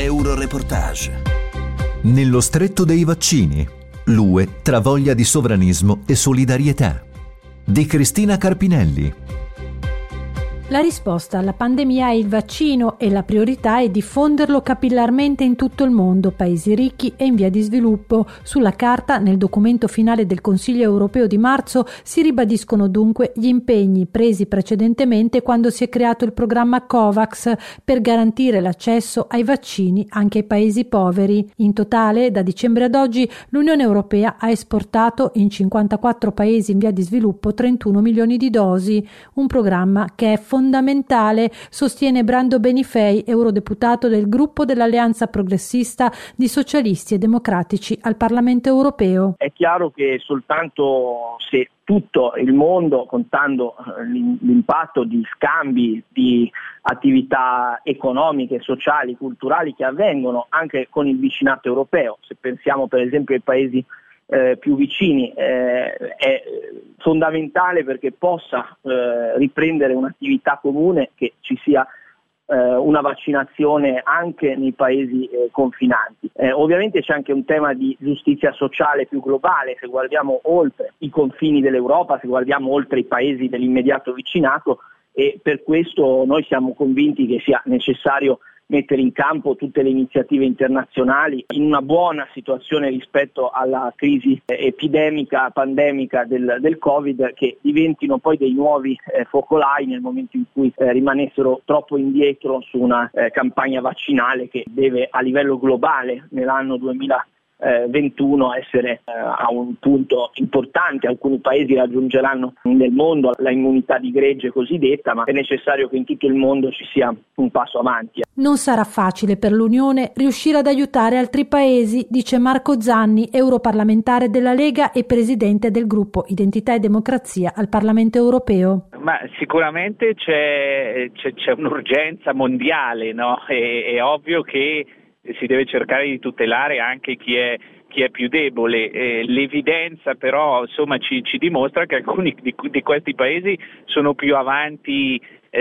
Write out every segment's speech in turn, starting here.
Euroreportage. Nello stretto dei vaccini, l'UE tra voglia di sovranismo e solidarietà. Di Cristina Carpinelli. La risposta alla pandemia è il vaccino e la priorità è diffonderlo capillarmente in tutto il mondo, paesi ricchi e in via di sviluppo. Sulla carta, nel documento finale del Consiglio europeo di marzo, si ribadiscono dunque gli impegni presi precedentemente quando si è creato il programma COVAX per garantire l'accesso ai vaccini anche ai paesi poveri. In totale, da dicembre ad oggi, l'Unione Europea ha esportato in 54 paesi in via di sviluppo 31 milioni di dosi, un programma che è fondamentale, sostiene Brando Benifei, eurodeputato del gruppo dell'Alleanza Progressista di Socialisti e Democratici al Parlamento Europeo. È chiaro che soltanto se tutto il mondo, contando l'impatto di scambi, di attività economiche, sociali, culturali che avvengono anche con il vicinato europeo, se pensiamo per esempio ai paesi più vicini, è fondamentale perché possa riprendere un'attività comune, che ci sia una vaccinazione anche nei paesi confinanti. Ovviamente c'è anche un tema di giustizia sociale più globale, se guardiamo oltre i confini dell'Europa, se guardiamo oltre i paesi dell'immediato vicinato, e per questo noi siamo convinti che sia necessario mettere in campo tutte le iniziative internazionali in una buona situazione rispetto alla crisi epidemica, pandemica del Covid, che diventino poi dei nuovi focolai nel momento in cui rimanessero troppo indietro su una campagna vaccinale che deve a livello globale nell'anno 2021 essere a un punto importante. Alcuni paesi raggiungeranno nel mondo la immunità di gregge cosiddetta, ma è necessario che in tutto il mondo ci sia un passo avanti. Non sarà facile per l'Unione riuscire ad aiutare altri paesi, dice Marco Zanni, europarlamentare della Lega e presidente del gruppo Identità e Democrazia al Parlamento Europeo. Ma sicuramente c'è un'urgenza mondiale, no? È ovvio che si deve cercare di tutelare anche chi è più debole. L'evidenza però ci dimostra che alcuni di questi paesi sono più avanti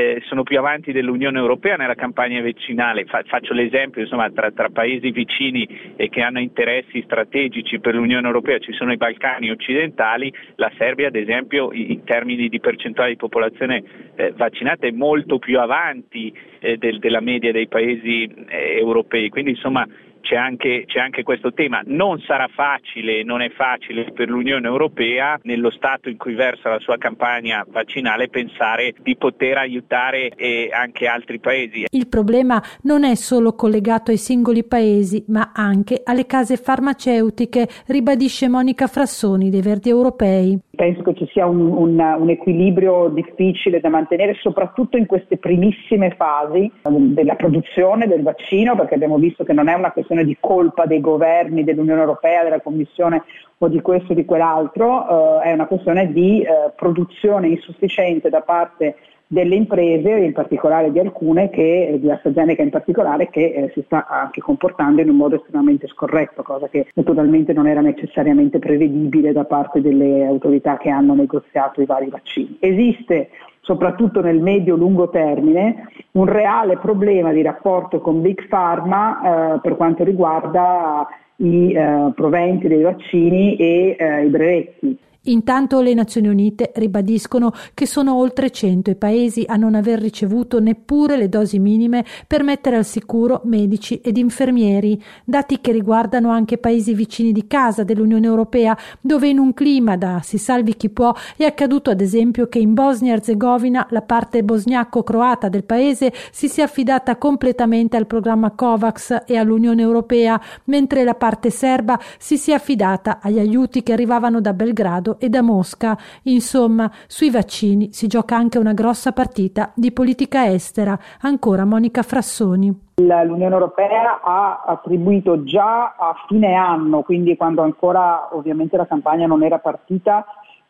dell'Unione Europea nella campagna vaccinale. Faccio l'esempio, tra paesi vicini e che hanno interessi strategici per l'Unione Europea ci sono i Balcani occidentali. La Serbia, ad esempio, in termini di percentuale di popolazione vaccinata è molto più avanti della media dei paesi europei. Quindi c'è anche questo tema. Non sarà facile, non è facile per l'Unione Europea, nello stato in cui versa la sua campagna vaccinale, pensare di poter aiutare anche altri paesi. Il problema non è solo collegato ai singoli paesi, ma anche alle case farmaceutiche, ribadisce Monica Frassoni dei Verdi Europei. Penso che ci sia un equilibrio difficile da mantenere, soprattutto in queste primissime fasi della produzione del vaccino, perché abbiamo visto che non è una questione di colpa dei governi, dell'Unione Europea, della Commissione o di questo o di quell'altro, è una questione di produzione insufficiente da parte delle imprese, in particolare di alcune, di AstraZeneca in particolare, che si sta anche comportando in un modo estremamente scorretto, cosa che naturalmente non era necessariamente prevedibile da parte delle autorità che hanno negoziato i vari vaccini. Esiste, soprattutto nel medio-lungo termine, un reale problema di rapporto con Big Pharma per quanto riguarda i proventi dei vaccini e i brevetti. Intanto le Nazioni Unite ribadiscono che sono oltre 100 i paesi a non aver ricevuto neppure le dosi minime per mettere al sicuro medici ed infermieri, dati che riguardano anche paesi vicini di casa dell'Unione Europea, dove in un clima da si salvi chi può è accaduto ad esempio che in Bosnia e Erzegovina la parte bosniaco-croata del paese si sia affidata completamente al programma COVAX e all'Unione Europea, mentre la parte serba si sia affidata agli aiuti che arrivavano da Belgrado e da Mosca. Insomma, sui vaccini si gioca anche una grossa partita di politica estera. Ancora Monica Frassoni. L'Unione Europea ha attribuito già a fine anno, quindi quando ancora ovviamente la campagna non era partita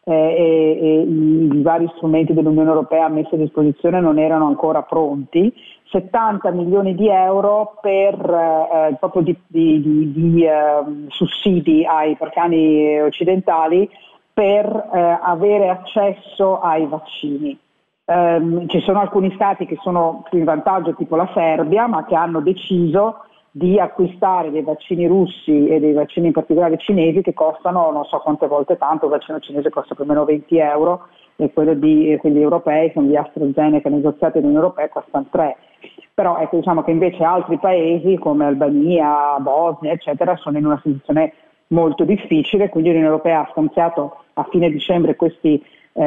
e i vari strumenti dell'Unione Europea messi a disposizione non erano ancora pronti, 70 milioni di euro per proprio di sussidi ai Balcani occidentali per avere accesso ai vaccini. Ci sono alcuni stati che sono più in vantaggio, tipo la Serbia, ma che hanno deciso di acquistare dei vaccini russi e dei vaccini in particolare cinesi che costano non so quante volte tanto. Il vaccino cinese costa più o meno 20 euro e quelli europei, sono di AstraZeneca negoziati nell'Unione Europea, costano 3. Però ecco, diciamo che invece altri paesi come Albania, Bosnia eccetera sono in una situazione molto difficile, quindi l'Unione Europea ha stanziato a fine dicembre questi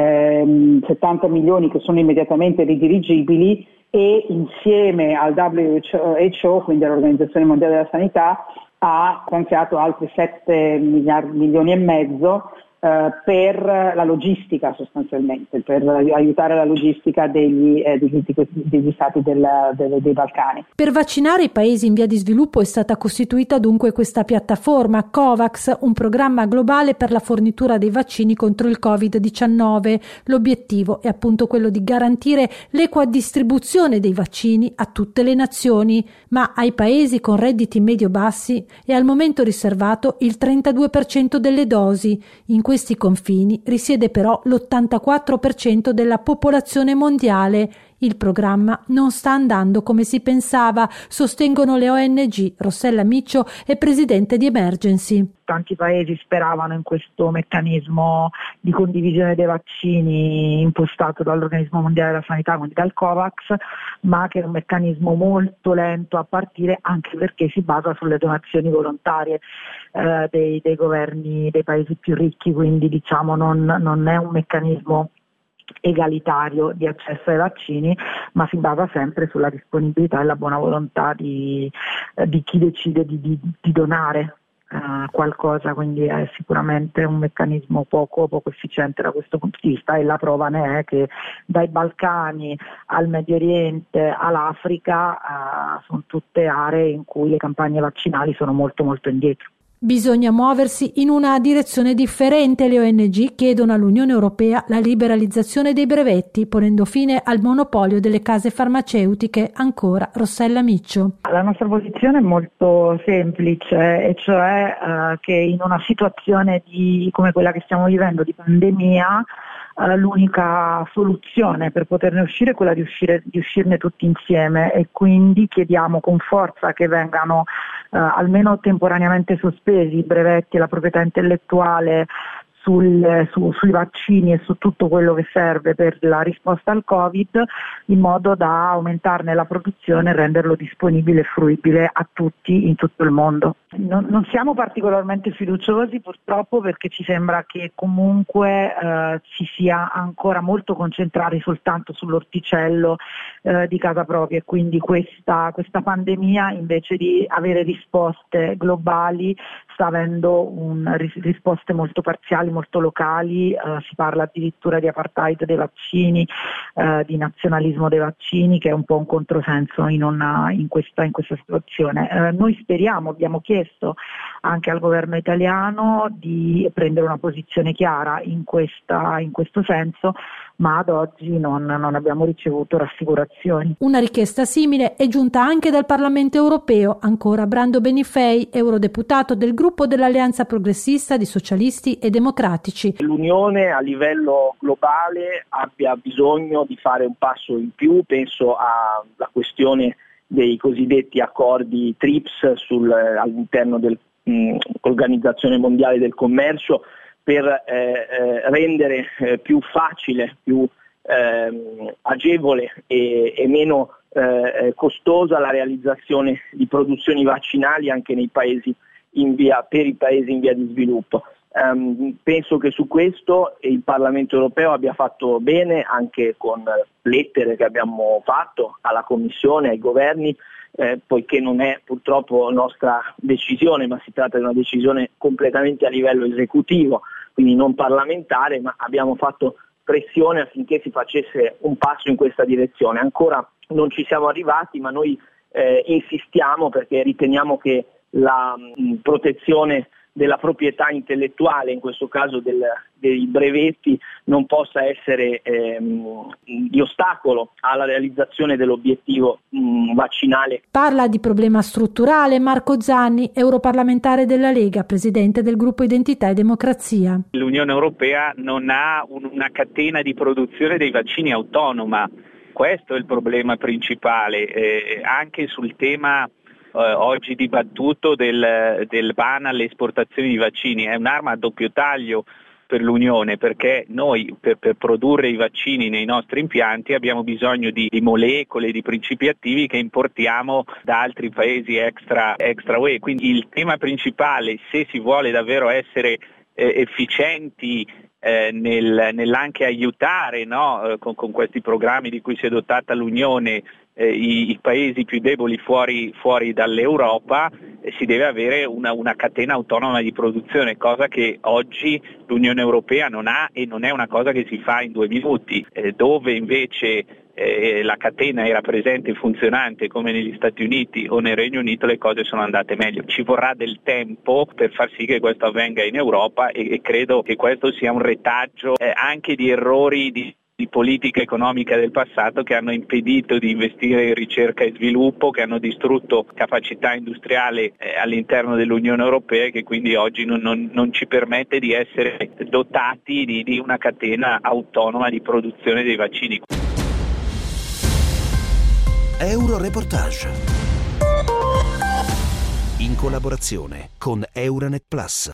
70 milioni che sono immediatamente ridirigibili, e insieme al WHO, quindi all'Organizzazione Mondiale della Sanità, ha stanziato altri 7 milioni e mezzo per la logistica, sostanzialmente, per aiutare la logistica degli stati dei Balcani. Per vaccinare i paesi in via di sviluppo è stata costituita dunque questa piattaforma COVAX, un programma globale per la fornitura dei vaccini contro il Covid-19. L'obiettivo è appunto quello di garantire l'equa distribuzione dei vaccini a tutte le nazioni, ma ai paesi con redditi medio-bassi è al momento riservato il 32% delle dosi. In questi confini risiede però l'84% della popolazione mondiale. Il programma non sta andando come si pensava, sostengono le ONG. Rossella Miccio è presidente di Emergency. Tanti paesi speravano in questo meccanismo di condivisione dei vaccini impostato dall'Organismo Mondiale della Sanità, quindi dal COVAX, ma che è un meccanismo molto lento a partire, anche perché si basa sulle donazioni volontarie dei governi dei paesi più ricchi, quindi diciamo non è un meccanismo egalitario di accesso ai vaccini, ma si basa sempre sulla disponibilità e la buona volontà di chi decide di donare qualcosa, quindi è sicuramente un meccanismo poco efficiente da questo punto di vista, e la prova ne è che dai Balcani al Medio Oriente all'Africa sono tutte aree in cui le campagne vaccinali sono molto indietro. Bisogna muoversi in una direzione differente. Le ONG chiedono all'Unione Europea la liberalizzazione dei brevetti, ponendo fine al monopolio delle case farmaceutiche. Ancora Rossella Miccio. La nostra posizione è molto semplice, e cioè che in una situazione come quella che stiamo vivendo di pandemia, l'unica soluzione per poterne uscire è quella di uscirne tutti insieme, e quindi chiediamo con forza che vengano almeno temporaneamente sospesi i brevetti e la proprietà intellettuale sui vaccini e su tutto quello che serve per la risposta al Covid, in modo da aumentarne la produzione e renderlo disponibile e fruibile a tutti in tutto il mondo. Non siamo particolarmente fiduciosi, purtroppo, perché ci sembra che comunque ci sia ancora molto concentrati soltanto sull'orticello di casa propria, e quindi questa pandemia, invece di avere risposte globali, sta avendo risposte molto parziali, molto locali. Si parla addirittura di apartheid dei vaccini, di nazionalismo dei vaccini, che è un po' un controsenso in questa situazione. Noi speriamo, abbiamo chiesto anche al governo italiano di prendere una posizione chiara in questo senso, ma ad oggi non abbiamo ricevuto rassicurazioni. Una richiesta simile è giunta anche dal Parlamento europeo. Ancora Brando Benifei, eurodeputato del gruppo dell'Alleanza Progressista di Socialisti e Democratici. L'Unione a livello globale abbia bisogno di fare un passo in più. Penso alla questione dei cosiddetti accordi TRIPS all'interno dell'Organizzazione Mondiale del Commercio, per rendere più facile, più agevole e meno costosa la realizzazione di produzioni vaccinali anche per i paesi in via di sviluppo. Penso che su questo il Parlamento europeo abbia fatto bene, anche con lettere che abbiamo fatto alla Commissione, ai governi, poiché non è purtroppo nostra decisione, ma si tratta di una decisione completamente a livello esecutivo, quindi non parlamentare, ma abbiamo fatto pressione affinché si facesse un passo in questa direzione. Ancora non ci siamo arrivati, ma noi insistiamo, perché riteniamo che la protezione della proprietà intellettuale, in questo caso dei brevetti, non possa essere di ostacolo alla realizzazione dell'obiettivo vaccinale. Parla di problema strutturale Marco Zanni, europarlamentare della Lega, presidente del gruppo Identità e Democrazia. L'Unione Europea non ha una catena di produzione dei vaccini autonoma. Questo è il problema principale, anche sul tema oggi dibattuto del ban alle esportazioni di vaccini. È un'arma a doppio taglio per l'Unione, perché noi per produrre i vaccini nei nostri impianti abbiamo bisogno di molecole, di principi attivi che importiamo da altri paesi extra UE. Quindi il tema principale, se si vuole davvero essere efficienti nell'anche aiutare, no, con questi programmi di cui si è dotata l'Unione, i paesi più deboli fuori dall'Europa, si deve avere una catena autonoma di produzione, cosa che oggi l'Unione Europea non ha, e non è una cosa che si fa in 2 minuti, dove invece la catena era presente e funzionante come negli Stati Uniti o nel Regno Unito, le cose sono andate meglio. Ci vorrà del tempo per far sì che questo avvenga in Europa, e credo che questo sia un retaggio anche di errori di politica economica del passato, che hanno impedito di investire in ricerca e sviluppo, che hanno distrutto capacità industriale all'interno dell'Unione Europea, e che quindi oggi non ci permette di essere dotati di una catena autonoma di produzione dei vaccini. Euroreportage, in collaborazione con Euranet Plus.